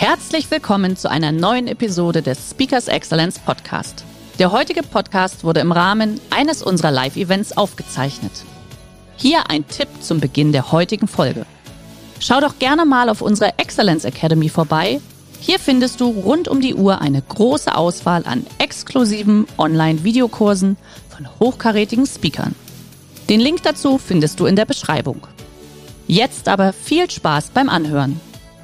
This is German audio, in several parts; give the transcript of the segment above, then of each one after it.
Herzlich willkommen zu einer neuen Episode des Speakers Excellence Podcast. Der heutige Podcast wurde im Rahmen eines unserer Live-Events aufgezeichnet. Hier ein Tipp zum Beginn der heutigen Folge. Schau doch gerne mal auf unserer Excellence Academy vorbei. Hier findest du rund um die Uhr eine große Auswahl an exklusiven Online-Videokursen von hochkarätigen Speakern. Den Link dazu findest du in der Beschreibung. Jetzt aber viel Spaß beim Anhören.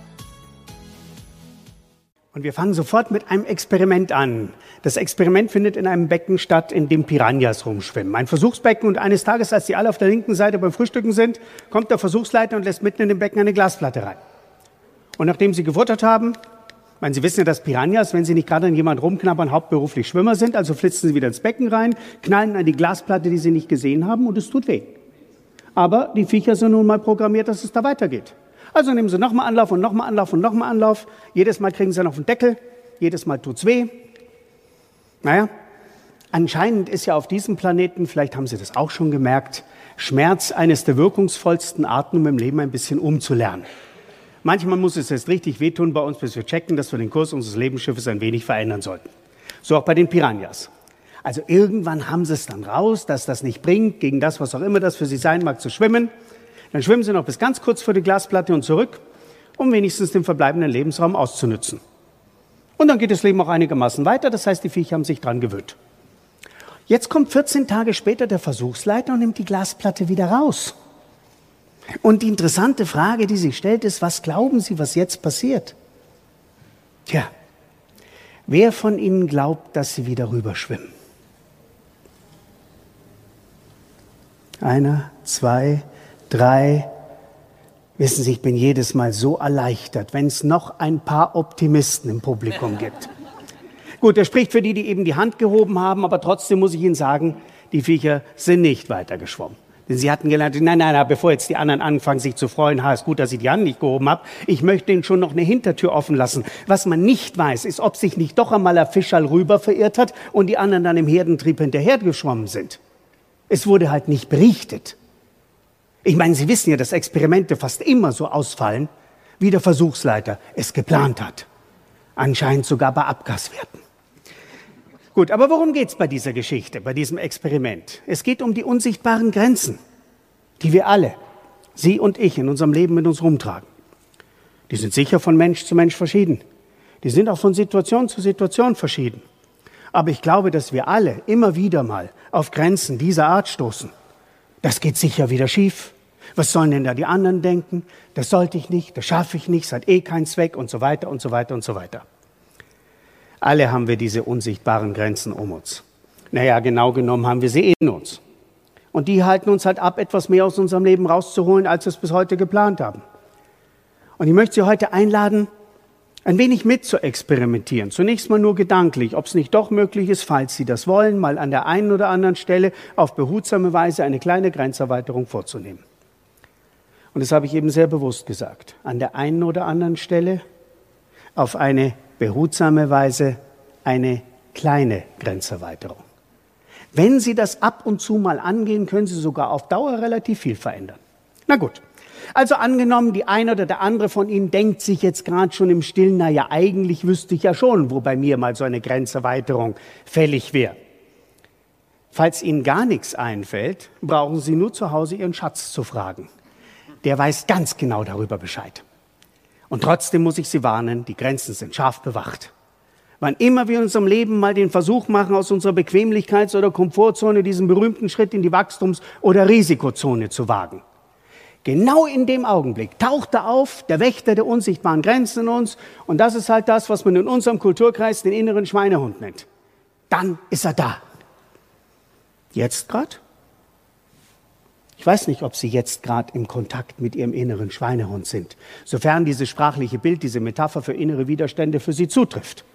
Und wir fangen sofort mit einem Experiment an. Das Experiment findet in einem Becken statt, in dem Piranhas rumschwimmen. Ein Versuchsbecken, und eines Tages, als die alle auf der linken Seite beim Frühstücken sind, kommt der Versuchsleiter und lässt mitten in dem Becken eine Glasplatte rein. Und nachdem sie gefuttert haben, Sie wissen ja, dass Piranhas, wenn sie nicht gerade an jemand rumknabbern, hauptberuflich Schwimmer sind, also flitzen sie wieder ins Becken rein, knallen an die Glasplatte, die sie nicht gesehen haben, und es tut weh. Aber die Viecher sind nun mal programmiert, dass es da weitergeht. Also nehmen sie nochmal Anlauf und nochmal Anlauf und nochmal Anlauf. Jedes Mal kriegen sie noch einen Deckel, jedes Mal tut's weh. Naja, anscheinend ist ja auf diesem Planeten, vielleicht haben Sie das auch schon gemerkt, Schmerz eines der wirkungsvollsten Arten, um im Leben ein bisschen umzulernen. Manchmal muss es erst richtig wehtun bei uns, bis wir checken, dass wir den Kurs unseres Lebensschiffes ein wenig verändern sollten. So auch bei den Piranhas. Also irgendwann haben sie es dann raus, dass das nicht bringt, gegen das, was auch immer das für sie sein mag, zu schwimmen. Dann schwimmen sie noch bis ganz kurz vor die Glasplatte und zurück, um wenigstens den verbleibenden Lebensraum auszunützen. Und dann geht das Leben auch einigermaßen weiter, das heißt, die Viecher haben sich dran gewöhnt. Jetzt kommt 14 Tage später der Versuchsleiter und nimmt die Glasplatte wieder raus. Und die interessante Frage, die sich stellt, ist, was glauben Sie, was jetzt passiert? Tja, wer von Ihnen glaubt, dass Sie wieder rüberschwimmen? 1, 2, 3. Wissen Sie, ich bin jedes Mal so erleichtert, wenn es noch ein paar Optimisten im Publikum gibt. Gut, das spricht für die, die eben die Hand gehoben haben, aber trotzdem muss ich Ihnen sagen, die Viecher sind nicht weiter geschwommen. Denn sie hatten gelernt, nein, bevor jetzt die anderen anfangen, sich zu freuen, ist gut, dass ich die Hand nicht gehoben habe, ich möchte ihnen schon noch eine Hintertür offen lassen. Was man nicht weiß, ist, ob sich nicht doch einmal ein Fischerl rüber verirrt hat und die anderen dann im Herdentrieb hinterher geschwommen sind. Es wurde halt nicht berichtet. Ich meine, Sie wissen ja, dass Experimente fast immer so ausfallen, wie der Versuchsleiter es geplant hat. Anscheinend sogar bei Abgaswerten. Gut, aber worum geht's bei dieser Geschichte, bei diesem Experiment? Es geht um die unsichtbaren Grenzen, die wir alle, Sie und ich, in unserem Leben mit uns rumtragen. Die sind sicher von Mensch zu Mensch verschieden. Die sind auch von Situation zu Situation verschieden. Aber ich glaube, dass wir alle immer wieder mal auf Grenzen dieser Art stoßen. Das geht sicher wieder schief. Was sollen denn da die anderen denken? Das sollte ich nicht, das schaffe ich nicht, es hat keinen Zweck und so weiter und so weiter und so weiter. Alle haben wir diese unsichtbaren Grenzen um uns. Naja, genau genommen haben wir sie in uns. Und die halten uns halt ab, etwas mehr aus unserem Leben rauszuholen, als wir es bis heute geplant haben. Und ich möchte Sie heute einladen, ein wenig mit zu experimentieren. Zunächst mal nur gedanklich, ob es nicht doch möglich ist, falls Sie das wollen, mal an der einen oder anderen Stelle auf behutsame Weise eine kleine Grenzerweiterung vorzunehmen. Und das habe ich eben sehr bewusst gesagt. An der einen oder anderen Stelle auf eine behutsame Weise eine kleine Grenzerweiterung. Wenn Sie das ab und zu mal angehen, können Sie sogar auf Dauer relativ viel verändern. Na gut, also angenommen, die eine oder der andere von Ihnen denkt sich jetzt gerade schon im Stillen, naja, eigentlich wüsste ich ja schon, wo bei mir mal so eine Grenzerweiterung fällig wäre. Falls Ihnen gar nichts einfällt, brauchen Sie nur zu Hause Ihren Schatz zu fragen. Der weiß ganz genau darüber Bescheid. Und trotzdem muss ich Sie warnen, die Grenzen sind scharf bewacht. Wann immer wir in unserem Leben mal den Versuch machen, aus unserer Bequemlichkeits- oder Komfortzone diesen berühmten Schritt in die Wachstums- oder Risikozone zu wagen. Genau in dem Augenblick taucht er auf, der Wächter der unsichtbaren Grenzen in uns. Und das ist halt das, was man in unserem Kulturkreis den inneren Schweinehund nennt. Dann ist er da. Jetzt gerade? Ich weiß nicht, ob Sie jetzt gerade im Kontakt mit Ihrem inneren Schweinehund sind, sofern dieses sprachliche Bild, diese Metapher für innere Widerstände für Sie zutrifft.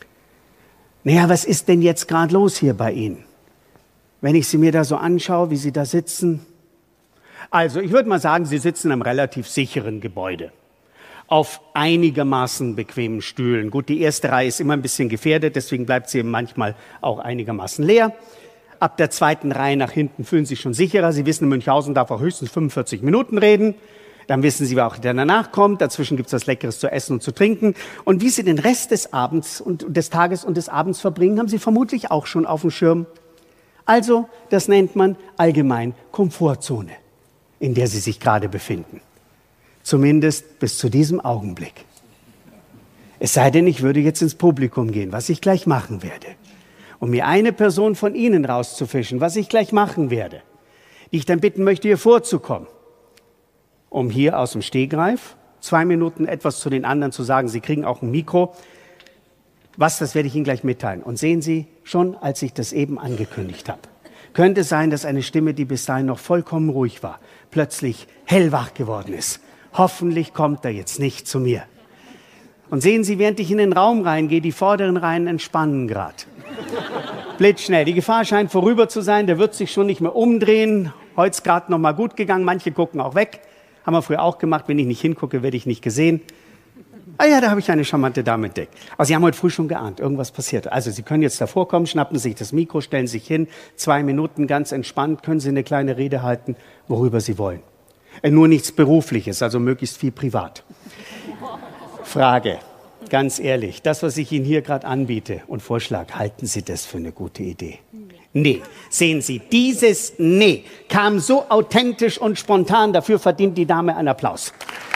Naja, was ist denn jetzt gerade los hier bei Ihnen? Wenn ich Sie mir da so anschaue, wie Sie da sitzen. Also, ich würde mal sagen, Sie sitzen in einem relativ sicheren Gebäude. Auf einigermaßen bequemen Stühlen. Gut, die erste Reihe ist immer ein bisschen gefährdet, deswegen bleibt sie eben manchmal auch einigermaßen leer. Ab der zweiten Reihe nach hinten fühlen Sie sich schon sicherer. Sie wissen, in Münchhausen darf auch höchstens 45 Minuten reden. Dann wissen Sie, wer auch danach kommt. Dazwischen gibt es was Leckeres zu essen und zu trinken. Und wie Sie den Rest des Abends und des Tages und des Abends verbringen, haben Sie vermutlich auch schon auf dem Schirm. Also, das nennt man allgemein Komfortzone, in der Sie sich gerade befinden. Zumindest bis zu diesem Augenblick. Es sei denn, ich würde jetzt ins Publikum gehen, was ich gleich machen werde. Um mir eine Person von Ihnen rauszufischen, was ich gleich machen werde, die ich dann bitten möchte, hier vorzukommen, um hier aus dem Stegreif 2 Minuten etwas zu den anderen zu sagen. Sie kriegen auch ein Mikro. Das werde ich Ihnen gleich mitteilen. Und sehen Sie, schon als ich das eben angekündigt habe, könnte es sein, dass eine Stimme, die bis dahin noch vollkommen ruhig war, plötzlich hellwach geworden ist. Hoffentlich kommt er jetzt nicht zu mir. Und sehen Sie, während ich in den Raum reingehe, die vorderen Reihen entspannen gerade. Blitzschnell. Die Gefahr scheint vorüber zu sein. Der wird sich schon nicht mehr umdrehen. Heute ist gerade noch mal gut gegangen. Manche gucken auch weg. Haben wir früher auch gemacht. Wenn ich nicht hingucke, werde ich nicht gesehen. Ah ja, da habe ich eine charmante Dame entdeckt. Aber Sie haben heute früh schon geahnt, irgendwas passiert. Also Sie können jetzt davor kommen, schnappen sich das Mikro, stellen sich hin. 2 Minuten ganz entspannt, können Sie eine kleine Rede halten, worüber Sie wollen. Nur nichts Berufliches, also möglichst viel privat. Frage, ganz ehrlich, das, was ich Ihnen hier gerade anbiete und vorschlage, halten Sie das für eine gute Idee? Nee. Sehen Sie, dieses Nee kam so authentisch und spontan, dafür verdient die Dame einen Applaus.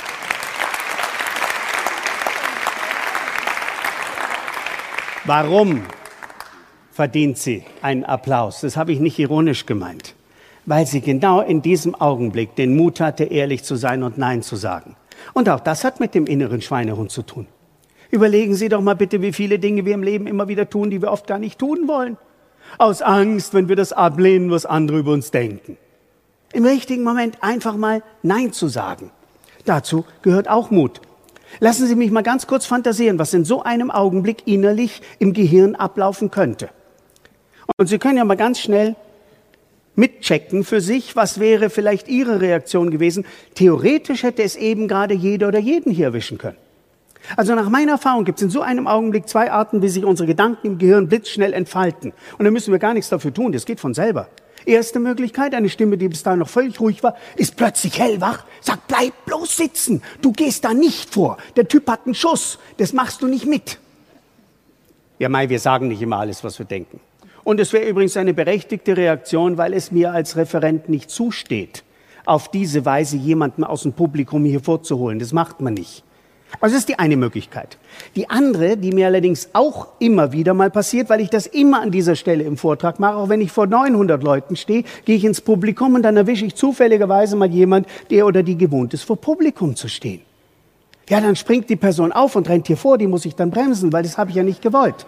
Warum verdient sie einen Applaus? Das habe ich nicht ironisch gemeint. Weil sie genau in diesem Augenblick den Mut hatte, ehrlich zu sein und Nein zu sagen. Und auch das hat mit dem inneren Schweinehund zu tun. Überlegen Sie doch mal bitte, wie viele Dinge wir im Leben immer wieder tun, die wir oft gar nicht tun wollen. Aus Angst, wenn wir das ablehnen, was andere über uns denken. Im richtigen Moment einfach mal Nein zu sagen. Dazu gehört auch Mut. Lassen Sie mich mal ganz kurz fantasieren, was in so einem Augenblick innerlich im Gehirn ablaufen könnte. Und Sie können ja mal ganz schnell mitchecken für sich, was wäre vielleicht Ihre Reaktion gewesen. Theoretisch hätte es eben gerade jeder oder jeden hier erwischen können. Also nach meiner Erfahrung gibt es in so einem Augenblick 2 Arten, wie sich unsere Gedanken im Gehirn blitzschnell entfalten. Und da müssen wir gar nichts dafür tun, das geht von selber. Erste Möglichkeit, eine Stimme, die bis dahin noch völlig ruhig war, ist plötzlich hellwach, sagt, bleib bloß sitzen, du gehst da nicht vor, der Typ hat einen Schuss, das machst du nicht mit. Ja, Mai, wir sagen nicht immer alles, was wir denken. Und es wäre übrigens eine berechtigte Reaktion, weil es mir als Referent nicht zusteht, auf diese Weise jemanden aus dem Publikum hier vorzuholen. Das macht man nicht. Also das ist die eine Möglichkeit. Die andere, die mir allerdings auch immer wieder mal passiert, weil ich das immer an dieser Stelle im Vortrag mache, auch wenn ich vor 900 Leuten stehe, gehe ich ins Publikum und dann erwische ich zufälligerweise mal jemand, der oder die gewohnt ist, vor Publikum zu stehen. Ja, dann springt die Person auf und rennt hier vor, die muss ich dann bremsen, weil das habe ich ja nicht gewollt.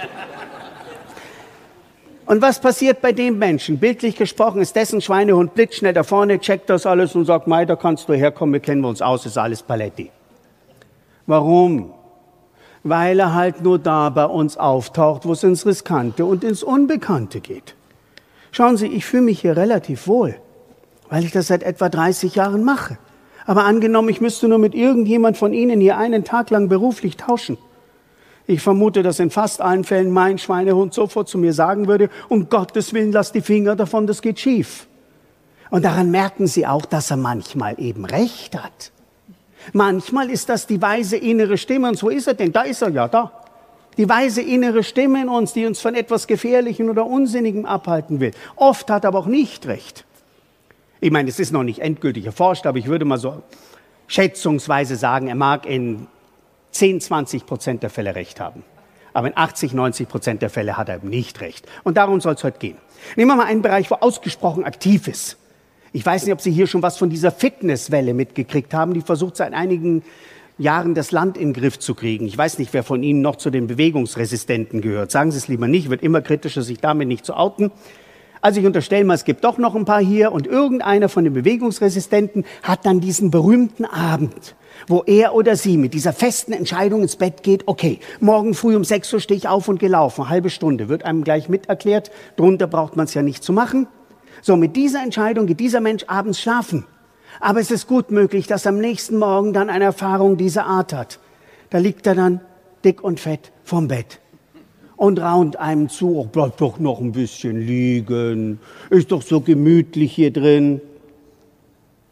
Und was passiert bei dem Menschen? Bildlich gesprochen ist dessen Schweinehund blitzschnell da vorne, checkt das alles und sagt, Mei, da kannst du herkommen, wir kennen uns aus, ist alles Paletti. Warum? Weil er halt nur da bei uns auftaucht, wo es ins Riskante und ins Unbekannte geht. Schauen Sie, ich fühle mich hier relativ wohl, weil ich das seit etwa 30 Jahren mache. Aber angenommen, ich müsste nur mit irgendjemand von Ihnen hier einen Tag lang beruflich tauschen. Ich vermute, dass in fast allen Fällen mein Schweinehund sofort zu mir sagen würde, um Gottes Willen, lass die Finger davon, das geht schief. Und daran merken Sie auch, dass er manchmal eben recht hat. Manchmal ist das die weise innere Stimme. Und wo ist er denn? Da ist er ja, da. Die weise innere Stimme in uns, die uns von etwas Gefährlichem oder Unsinnigem abhalten will. Oft hat er aber auch nicht recht. Ich meine, es ist noch nicht endgültig erforscht, aber ich würde mal so schätzungsweise sagen, er mag in 10-20% der Fälle recht haben. Aber in 80-90% der Fälle hat er eben nicht recht. Und darum soll es heute gehen. Nehmen wir mal einen Bereich, wo ausgesprochen aktiv ist. Ich weiß nicht, ob Sie hier schon was von dieser Fitnesswelle mitgekriegt haben, die versucht seit einigen Jahren das Land in den Griff zu kriegen. Ich weiß nicht, wer von Ihnen noch zu den Bewegungsresistenten gehört. Sagen Sie es lieber nicht, wird immer kritischer, sich damit nicht zu outen. Also ich unterstelle mal, es gibt doch noch ein paar hier und irgendeiner von den Bewegungsresistenten hat dann diesen berühmten Abend, wo er oder sie mit dieser festen Entscheidung ins Bett geht, okay, morgen früh um 6 Uhr stehe ich auf und gehe laufen, eine halbe Stunde, wird einem gleich miterklärt, drunter braucht man es ja nicht zu machen. So, mit dieser Entscheidung geht dieser Mensch abends schlafen. Aber es ist gut möglich, dass am nächsten Morgen dann eine Erfahrung dieser Art hat. Da liegt er dann dick und fett vorm Bett und raunt einem zu, oh, bleib doch noch ein bisschen liegen, ist doch so gemütlich hier drin. Nee,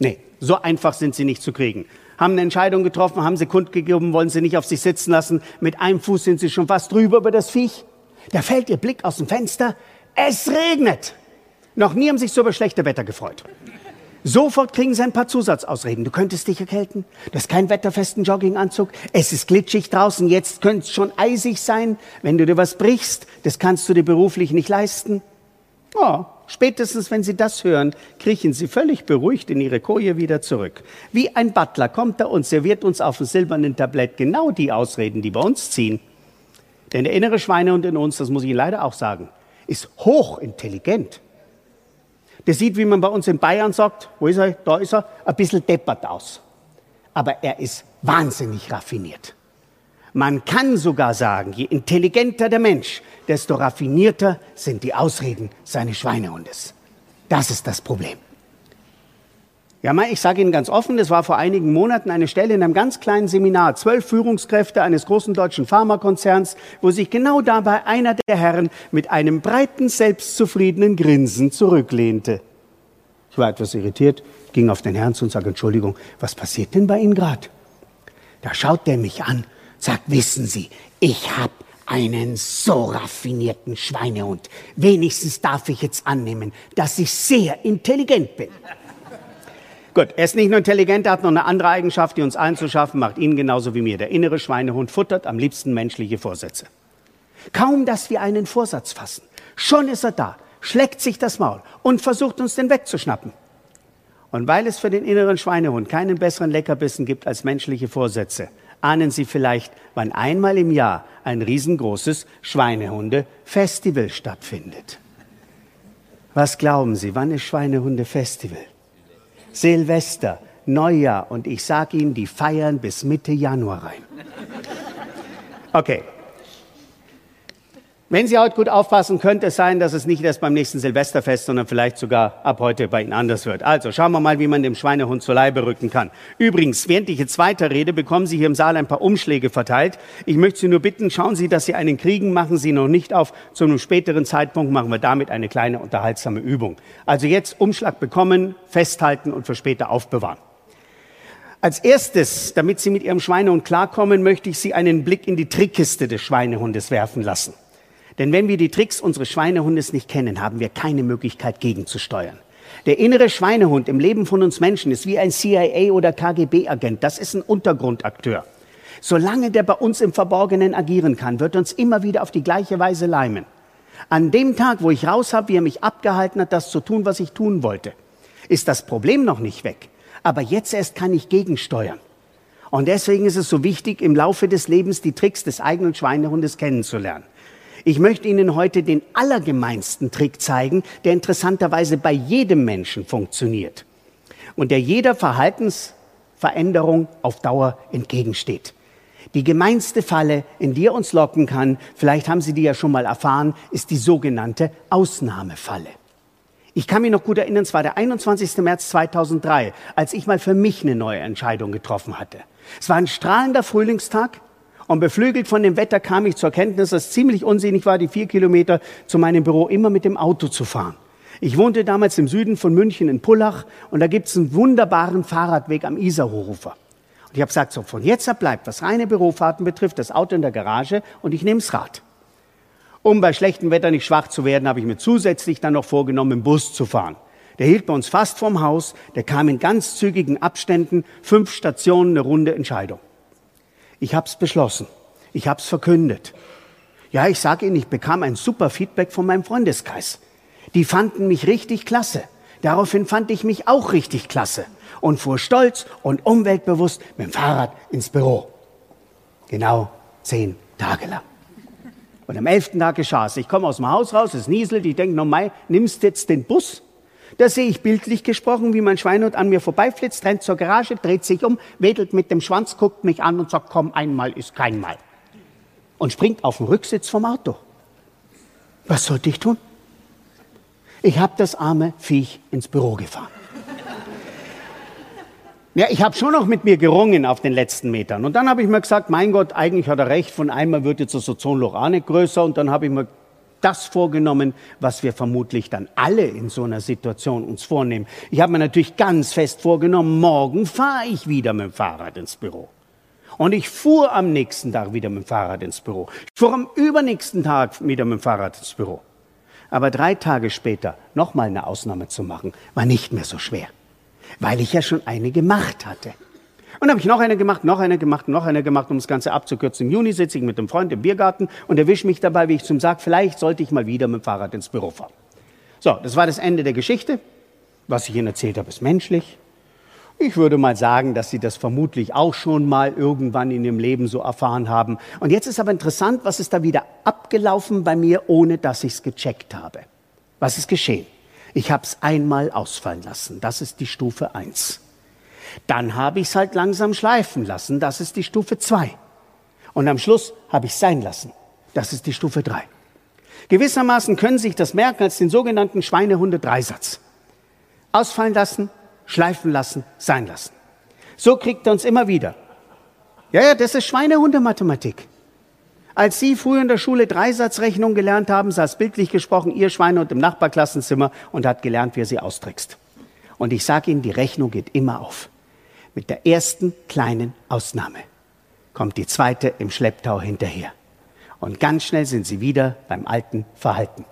So einfach sind sie nicht zu kriegen. Haben eine Entscheidung getroffen, haben sie kundgegeben, wollen sie nicht auf sich sitzen lassen. Mit einem Fuß sind sie schon fast drüber über das Viech. Da fällt ihr Blick aus dem Fenster. Es regnet. Noch nie haben sich so über schlechte Wetter gefreut. Sofort kriegen sie ein paar Zusatzausreden. Du könntest dich erkälten, du hast keinen wetterfesten Jogginganzug, es ist glitschig draußen, jetzt könnte es schon eisig sein, wenn du dir was brichst, das kannst du dir beruflich nicht leisten. Oh, spätestens wenn sie das hören, kriechen sie völlig beruhigt in ihre Koje wieder zurück. Wie ein Butler kommt er und serviert uns auf dem silbernen Tablett genau die Ausreden, die bei uns ziehen. Denn der innere Schweinehund in uns, das muss ich Ihnen leider auch sagen, ist hochintelligent. Der sieht, wie man bei uns in Bayern sagt, wo ist er, da ist er, ein bisschen deppert aus. Aber er ist wahnsinnig raffiniert. Man kann sogar sagen, je intelligenter der Mensch, desto raffinierter sind die Ausreden seines Schweinehundes. Das ist das Problem. Ja, ich sage Ihnen ganz offen, das war vor einigen Monaten eine Stelle in einem ganz kleinen Seminar, 12 Führungskräfte eines großen deutschen Pharmakonzerns, wo sich genau dabei einer der Herren mit einem breiten, selbstzufriedenen Grinsen zurücklehnte. Ich war etwas irritiert, ging auf den Herrn zu und sagte, Entschuldigung, was passiert denn bei Ihnen gerade? Da schaut der mich an, sagt, wissen Sie, ich habe einen so raffinierten Schweinehund. Wenigstens darf ich jetzt annehmen, dass ich sehr intelligent bin. Gut, er ist nicht nur intelligent, er hat noch eine andere Eigenschaft, die uns allen zu schaffen macht, Ihnen genauso wie mir. Der innere Schweinehund futtert am liebsten menschliche Vorsätze. Kaum, dass wir einen Vorsatz fassen, schon ist er da, schlägt sich das Maul und versucht uns den wegzuschnappen. Und weil es für den inneren Schweinehund keinen besseren Leckerbissen gibt als menschliche Vorsätze, ahnen Sie vielleicht, wann einmal im Jahr ein riesengroßes Schweinehunde-Festival stattfindet. Was glauben Sie, wann ist Schweinehunde-Festival? Silvester, Neujahr und ich sage Ihnen, die feiern bis Mitte Januar rein. Okay. Wenn Sie heute gut aufpassen, könnte es sein, dass es nicht erst beim nächsten Silvesterfest, sondern vielleicht sogar ab heute bei Ihnen anders wird. Also schauen wir mal, wie man dem Schweinehund zu Leibe rücken kann. Übrigens, während ich jetzt weiterrede, bekommen Sie hier im Saal ein paar Umschläge verteilt. Ich möchte Sie nur bitten, schauen Sie, dass Sie einen kriegen, machen Sie noch nicht auf. Zu einem späteren Zeitpunkt machen wir damit eine kleine unterhaltsame Übung. Also jetzt Umschlag bekommen, festhalten und für später aufbewahren. Als erstes, damit Sie mit Ihrem Schweinehund klarkommen, möchte ich Sie einen Blick in die Trickkiste des Schweinehundes werfen lassen. Denn wenn wir die Tricks unseres Schweinehundes nicht kennen, haben wir keine Möglichkeit gegenzusteuern. Der innere Schweinehund im Leben von uns Menschen ist wie ein CIA- oder KGB-Agent. Das ist ein Untergrundakteur. Solange der bei uns im Verborgenen agieren kann, wird er uns immer wieder auf die gleiche Weise leimen. An dem Tag, wo ich raus habe, wie er mich abgehalten hat, das zu tun, was ich tun wollte, ist das Problem noch nicht weg. Aber jetzt erst kann ich gegensteuern. Und deswegen ist es so wichtig, im Laufe des Lebens die Tricks des eigenen Schweinehundes kennenzulernen. Ich möchte Ihnen heute den allergemeinsten Trick zeigen, der interessanterweise bei jedem Menschen funktioniert und der jeder Verhaltensveränderung auf Dauer entgegensteht. Die gemeinste Falle, in die er uns locken kann, vielleicht haben Sie die ja schon mal erfahren, ist die sogenannte Ausnahmefalle. Ich kann mich noch gut erinnern, es war der 21. März 2003, als ich mal für mich eine neue Entscheidung getroffen hatte. Es war ein strahlender Frühlingstag. Und beflügelt von dem Wetter kam ich zur Kenntnis, dass es ziemlich unsinnig war, die 4 Kilometer zu meinem Büro immer mit dem Auto zu fahren. Ich wohnte damals im Süden von München in Pullach und da gibt es einen wunderbaren Fahrradweg am Isarhochufer. Und ich habe gesagt, so von jetzt ab bleibt, was reine Bürofahrten betrifft, das Auto in der Garage und ich nehme das Rad. Um bei schlechtem Wetter nicht schwach zu werden, habe ich mir zusätzlich dann noch vorgenommen, im Bus zu fahren. Der hielt bei uns fast vorm Haus, der kam in ganz zügigen Abständen, 5 Stationen, eine runde Entscheidung. Ich habe es beschlossen. Ich habe es verkündet. Ja, ich sage Ihnen, ich bekam ein super Feedback von meinem Freundeskreis. Die fanden mich richtig klasse. Daraufhin fand ich mich auch richtig klasse und fuhr stolz und umweltbewusst mit dem Fahrrad ins Büro. Genau 10 Tage lang. Und am 11. Tag geschah es. Ich komme aus dem Haus raus, es nieselt, ich denke, Mai, nimmst jetzt den Bus? Da sehe ich bildlich gesprochen, wie mein Schweinehund an mir vorbeiflitzt, rennt zur Garage, dreht sich um, wedelt mit dem Schwanz, guckt mich an und sagt, komm, einmal ist kein Mal. Und springt auf den Rücksitz vom Auto. Was sollte ich tun? Ich habe das arme Viech ins Büro gefahren. Ja, ich habe schon noch mit mir gerungen auf den letzten Metern. Und dann habe ich mir gesagt, mein Gott, eigentlich hat er recht, von einmal wird jetzt das Ozonloch auch nicht größer. Und dann habe ich mir das vorgenommen, was wir vermutlich dann alle in so einer Situation uns vornehmen. Ich habe mir natürlich ganz fest vorgenommen, morgen fahre ich wieder mit dem Fahrrad ins Büro. Und ich fuhr am nächsten Tag wieder mit dem Fahrrad ins Büro. Ich fuhr am übernächsten Tag wieder mit dem Fahrrad ins Büro. Aber 3 Tage später nochmal eine Ausnahme zu machen, war nicht mehr so schwer, weil ich ja schon eine gemacht hatte. Und dann habe ich noch eine gemacht, um das Ganze abzukürzen. Im Juni sitze ich mit einem Freund im Biergarten und erwische mich dabei, wie ich zum sage, vielleicht sollte ich mal wieder mit dem Fahrrad ins Büro fahren. So, das war das Ende der Geschichte. Was ich Ihnen erzählt habe, ist menschlich. Ich würde mal sagen, dass Sie das vermutlich auch schon mal irgendwann in Ihrem Leben so erfahren haben. Und jetzt ist aber interessant, was ist da wieder abgelaufen bei mir, ohne dass ich es gecheckt habe. Was ist geschehen? Ich habe es einmal ausfallen lassen. Das ist die Stufe 1. Dann habe ich es halt langsam schleifen lassen. Das ist die Stufe 2. Und am Schluss habe ich es sein lassen. Das ist die Stufe 3. Gewissermaßen können Sie sich das merken als den sogenannten Schweinehunde-Dreisatz. Ausfallen lassen, schleifen lassen, sein lassen. So kriegt er uns immer wieder. Ja, das ist Schweinehunde-Mathematik. Als Sie früher in der Schule Dreisatzrechnung gelernt haben, saß bildlich gesprochen Ihr Schweinehund im Nachbarklassenzimmer und hat gelernt, wie er sie austrickst. Und ich sage Ihnen, die Rechnung geht immer auf. Mit der ersten kleinen Ausnahme kommt die zweite im Schlepptau hinterher. Und ganz schnell sind Sie wieder beim alten Verhalten.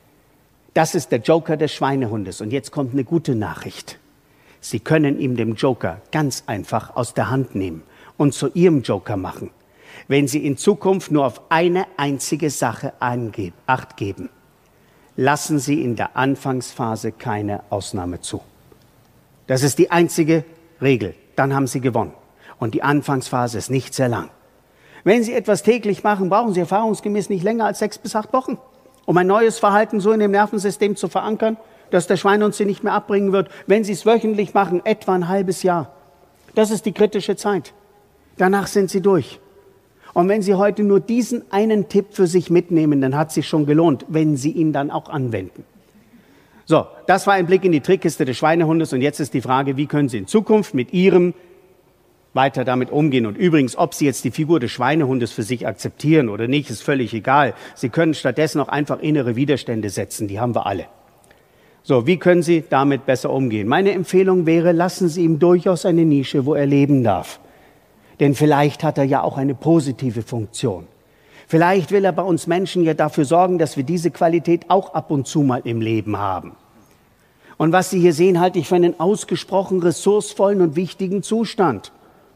Das ist der Joker des Schweinehundes. Und jetzt kommt eine gute Nachricht. Sie können ihm den Joker ganz einfach aus der Hand nehmen und zu Ihrem Joker machen, wenn Sie in Zukunft nur auf eine einzige Sache Acht geben. Lassen Sie in der Anfangsphase keine Ausnahme zu. Das ist die einzige Regel. Dann haben Sie gewonnen. Und die Anfangsphase ist nicht sehr lang. Wenn Sie etwas täglich machen, brauchen Sie erfahrungsgemäß nicht länger als 6 bis 8 Wochen, um ein neues Verhalten so in dem Nervensystem zu verankern, dass der Schweinehund Sie nicht mehr abbringen wird. Wenn Sie es wöchentlich machen, etwa ein halbes Jahr. Das ist die kritische Zeit. Danach sind Sie durch. Und wenn Sie heute nur diesen einen Tipp für sich mitnehmen, dann hat es sich schon gelohnt, wenn Sie ihn dann auch anwenden. So, das war ein Blick in die Trickkiste des Schweinehundes und jetzt ist die Frage, wie können Sie in Zukunft mit Ihrem weiter damit umgehen? Und übrigens, ob Sie jetzt die Figur des Schweinehundes für sich akzeptieren oder nicht, ist völlig egal. Sie können stattdessen auch einfach innere Widerstände setzen, die haben wir alle. So, wie können Sie damit besser umgehen? Meine Empfehlung wäre, lassen Sie ihm durchaus eine Nische, wo er leben darf. Denn vielleicht hat er ja auch eine positive Funktion. Vielleicht will er bei uns Menschen ja dafür sorgen, dass wir diese Qualität auch ab und zu mal im Leben haben. Und was Sie hier sehen, halte ich für einen ausgesprochen ressourcevollen und wichtigen Zustand.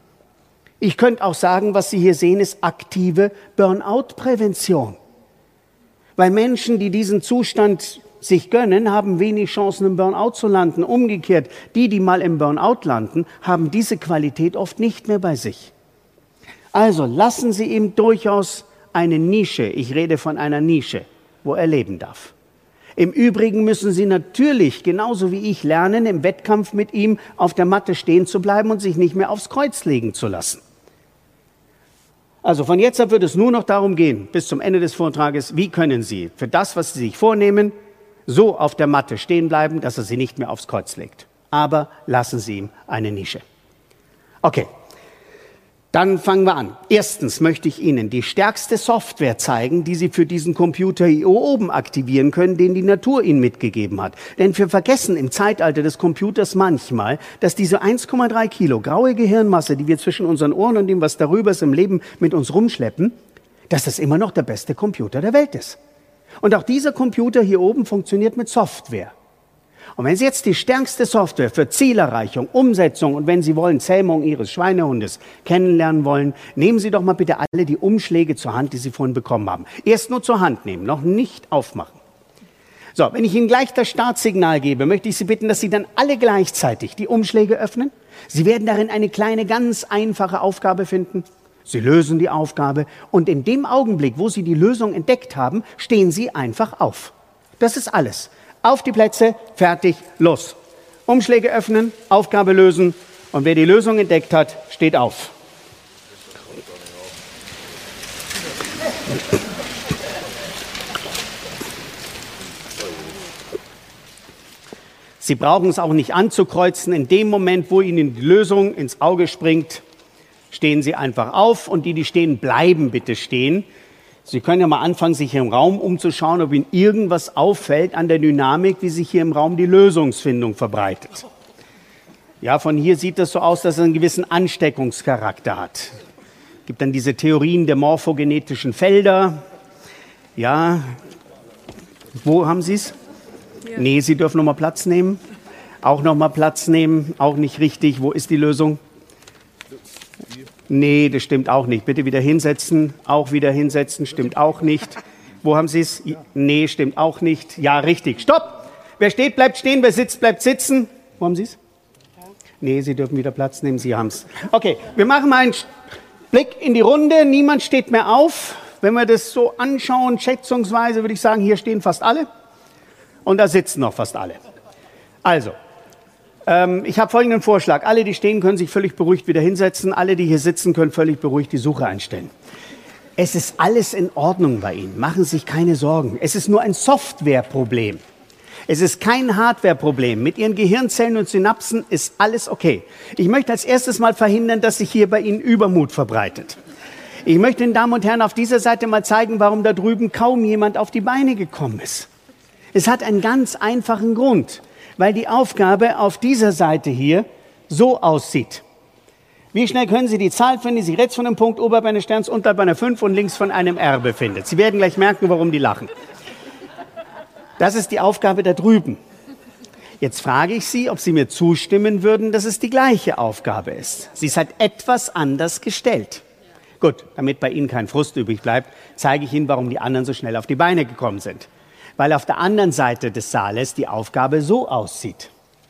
Ich könnte auch sagen, was Sie hier sehen, ist aktive Burnout-Prävention. Weil Menschen, die diesen Zustand sich gönnen, haben wenig Chancen, im Burnout zu landen. Umgekehrt, die mal im Burnout landen, haben diese Qualität oft nicht mehr bei sich. Also lassen Sie ihm durchaus eine Nische, ich rede von einer Nische, wo er leben darf. Im Übrigen müssen Sie natürlich, genauso wie ich, lernen, im Wettkampf mit ihm auf der Matte stehen zu bleiben und sich nicht mehr aufs Kreuz legen zu lassen. Also von jetzt ab wird es nur noch darum gehen, bis zum Ende des Vortrages, wie können Sie für das, was Sie sich vornehmen, so auf der Matte stehen bleiben, dass er sie nicht mehr aufs Kreuz legt. Aber lassen Sie ihm eine Nische. Okay. Dann fangen wir an. Erstens möchte ich Ihnen die stärkste Software zeigen, die Sie für diesen Computer hier oben aktivieren können, den die Natur Ihnen mitgegeben hat. Denn wir vergessen im Zeitalter des Computers manchmal, dass diese 1,3 Kilo graue Gehirnmasse, die wir zwischen unseren Ohren und dem, was darüber ist, im Leben mit uns rumschleppen, dass das immer noch der beste Computer der Welt ist. Und auch dieser Computer hier oben funktioniert mit Software. Und wenn Sie jetzt die stärkste Software für Zielerreichung, Umsetzung und wenn Sie wollen, Zähmung Ihres Schweinehundes kennenlernen wollen, nehmen Sie doch mal bitte alle die Umschläge zur Hand, die Sie vorhin bekommen haben. Erst nur zur Hand nehmen, noch nicht aufmachen. So, wenn ich Ihnen gleich das Startsignal gebe, möchte ich Sie bitten, dass Sie dann alle gleichzeitig die Umschläge öffnen. Sie werden darin eine kleine, ganz einfache Aufgabe finden. Sie lösen die Aufgabe und in dem Augenblick, wo Sie die Lösung entdeckt haben, stehen Sie einfach auf. Das ist alles. Auf die Plätze, fertig, los. Umschläge öffnen, Aufgabe lösen und wer die Lösung entdeckt hat, steht auf. Sie brauchen es auch nicht anzukreuzen. In dem Moment, wo Ihnen die Lösung ins Auge springt, stehen Sie einfach auf und die stehen, bleiben bitte stehen. Sie können ja mal anfangen, sich im Raum umzuschauen, ob Ihnen irgendwas auffällt an der Dynamik, wie sich hier im Raum die Lösungsfindung verbreitet. Ja, von hier sieht es so aus, dass es einen gewissen Ansteckungscharakter hat. Es gibt dann diese Theorien der morphogenetischen Felder. Ja, wo haben Sie es? Nee, Sie dürfen noch mal Platz nehmen. Auch noch mal Platz nehmen, auch nicht richtig. Wo ist die Lösung? Nee, das stimmt auch nicht. Bitte wieder hinsetzen, auch wieder hinsetzen, stimmt auch nicht. Wo haben Sie es? Nee, stimmt auch nicht. Ja, richtig. Stopp! Wer steht, bleibt stehen, wer sitzt, bleibt sitzen. Wo haben Sie es? Nee, Sie dürfen wieder Platz nehmen, Sie haben es. Okay, wir machen mal einen Blick in die Runde. Niemand steht mehr auf. Wenn wir das so anschauen, schätzungsweise würde ich sagen, hier stehen fast alle. Und da sitzen noch fast alle. Also, ich habe folgenden Vorschlag. Alle, die stehen, können sich völlig beruhigt wieder hinsetzen. Alle, die hier sitzen, können völlig beruhigt die Suche einstellen. Es ist alles in Ordnung bei Ihnen. Machen Sie sich keine Sorgen. Es ist nur ein Softwareproblem. Es ist kein Hardwareproblem. Mit Ihren Gehirnzellen und Synapsen ist alles okay. Ich möchte als erstes mal verhindern, dass sich hier bei Ihnen Übermut verbreitet. Ich möchte den Damen und Herren auf dieser Seite mal zeigen, warum da drüben kaum jemand auf die Beine gekommen ist. Es hat einen ganz einfachen Grund. Weil die Aufgabe auf dieser Seite hier so aussieht. Wie schnell können Sie die Zahl finden, die sich rechts von dem Punkt, oberhalb eines Sterns, unterhalb einer 5 und links von einem R befindet? Sie werden gleich merken, warum die lachen. Das ist die Aufgabe da drüben. Jetzt frage ich Sie, ob Sie mir zustimmen würden, dass es die gleiche Aufgabe ist. Sie ist halt etwas anders gestellt. Gut, damit bei Ihnen kein Frust übrig bleibt, zeige ich Ihnen, warum die anderen so schnell auf die Beine gekommen sind. Weil auf der anderen Seite des Saales die Aufgabe so aussieht.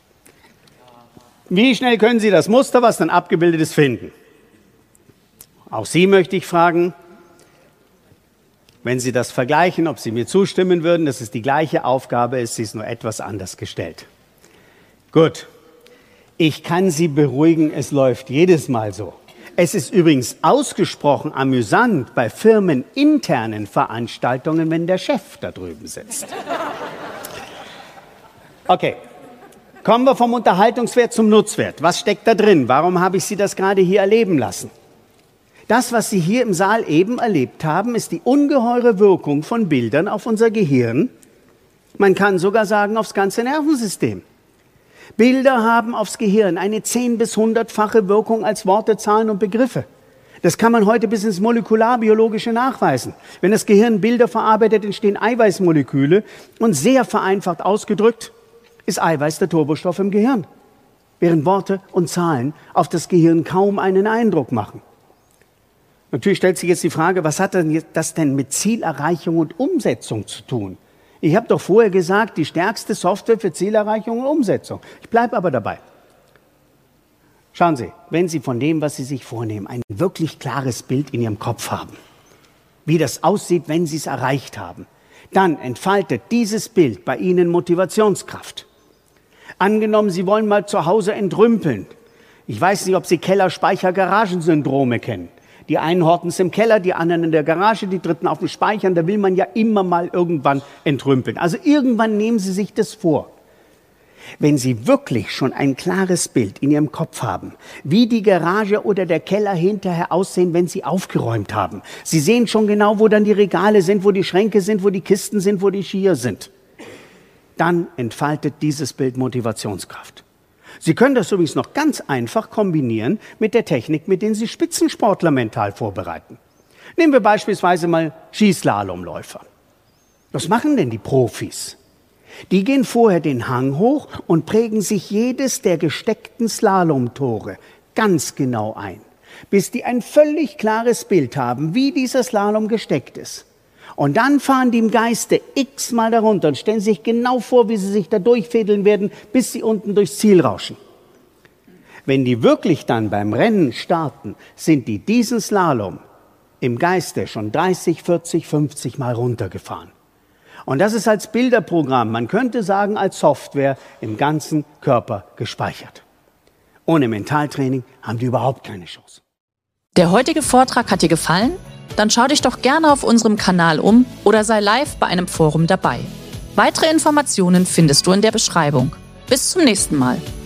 Wie schnell können Sie das Muster, was dann abgebildet ist, finden? Auch Sie möchte ich fragen, wenn Sie das vergleichen, ob Sie mir zustimmen würden, dass es die gleiche Aufgabe ist, sie ist nur etwas anders gestellt. Gut, ich kann Sie beruhigen, es läuft jedes Mal so. Es ist übrigens ausgesprochen amüsant bei firmeninternen Veranstaltungen, wenn der Chef da drüben sitzt. Okay, kommen wir vom Unterhaltungswert zum Nutzwert. Was steckt da drin? Warum habe ich Sie das gerade hier erleben lassen? Das, was Sie hier im Saal eben erlebt haben, ist die ungeheure Wirkung von Bildern auf unser Gehirn. Man kann sogar sagen, aufs ganze Nervensystem. Bilder haben aufs Gehirn eine 10- bis 100-fache Wirkung als Worte, Zahlen und Begriffe. Das kann man heute bis ins Molekularbiologische nachweisen. Wenn das Gehirn Bilder verarbeitet, entstehen Eiweißmoleküle. Und sehr vereinfacht ausgedrückt ist Eiweiß der Turbostoff im Gehirn. Während Worte und Zahlen auf das Gehirn kaum einen Eindruck machen. Natürlich stellt sich jetzt die Frage, was hat das denn mit Zielerreichung und Umsetzung zu tun? Ich habe doch vorher gesagt, die stärkste Software für Zielerreichung und Umsetzung. Ich bleibe aber dabei. Schauen Sie, wenn Sie von dem, was Sie sich vornehmen, ein wirklich klares Bild in Ihrem Kopf haben, wie das aussieht, wenn Sie es erreicht haben, dann entfaltet dieses Bild bei Ihnen Motivationskraft. Angenommen, Sie wollen mal zu Hause entrümpeln. Ich weiß nicht, ob Sie Keller-Speicher-Garagensyndrome kennen. Die einen horten es im Keller, die anderen in der Garage, die dritten auf dem Speicher. Da will man ja immer mal irgendwann entrümpeln. Also irgendwann nehmen Sie sich das vor. Wenn Sie wirklich schon ein klares Bild in Ihrem Kopf haben, wie die Garage oder der Keller hinterher aussehen, wenn Sie aufgeräumt haben. Sie sehen schon genau, wo dann die Regale sind, wo die Schränke sind, wo die Kisten sind, wo die Skier sind. Dann entfaltet dieses Bild Motivationskraft. Sie können das übrigens noch ganz einfach kombinieren mit der Technik, mit der Sie Spitzensportler mental vorbereiten. Nehmen wir beispielsweise mal Skislalomläufer. Was machen denn die Profis? Die gehen vorher den Hang hoch und prägen sich jedes der gesteckten Slalomtore ganz genau ein, bis die ein völlig klares Bild haben, wie dieser Slalom gesteckt ist. Und dann fahren die im Geiste x-mal darunter und stellen sich genau vor, wie sie sich da durchfädeln werden, bis sie unten durchs Ziel rauschen. Wenn die wirklich dann beim Rennen starten, sind die diesen Slalom im Geiste schon 30, 40, 50 Mal runtergefahren. Und das ist als Bilderprogramm, man könnte sagen als Software, im ganzen Körper gespeichert. Ohne Mentaltraining haben die überhaupt keine Chance. Der heutige Vortrag hat dir gefallen? Dann schau dich doch gerne auf unserem Kanal um oder sei live bei einem Forum dabei. Weitere Informationen findest du in der Beschreibung. Bis zum nächsten Mal.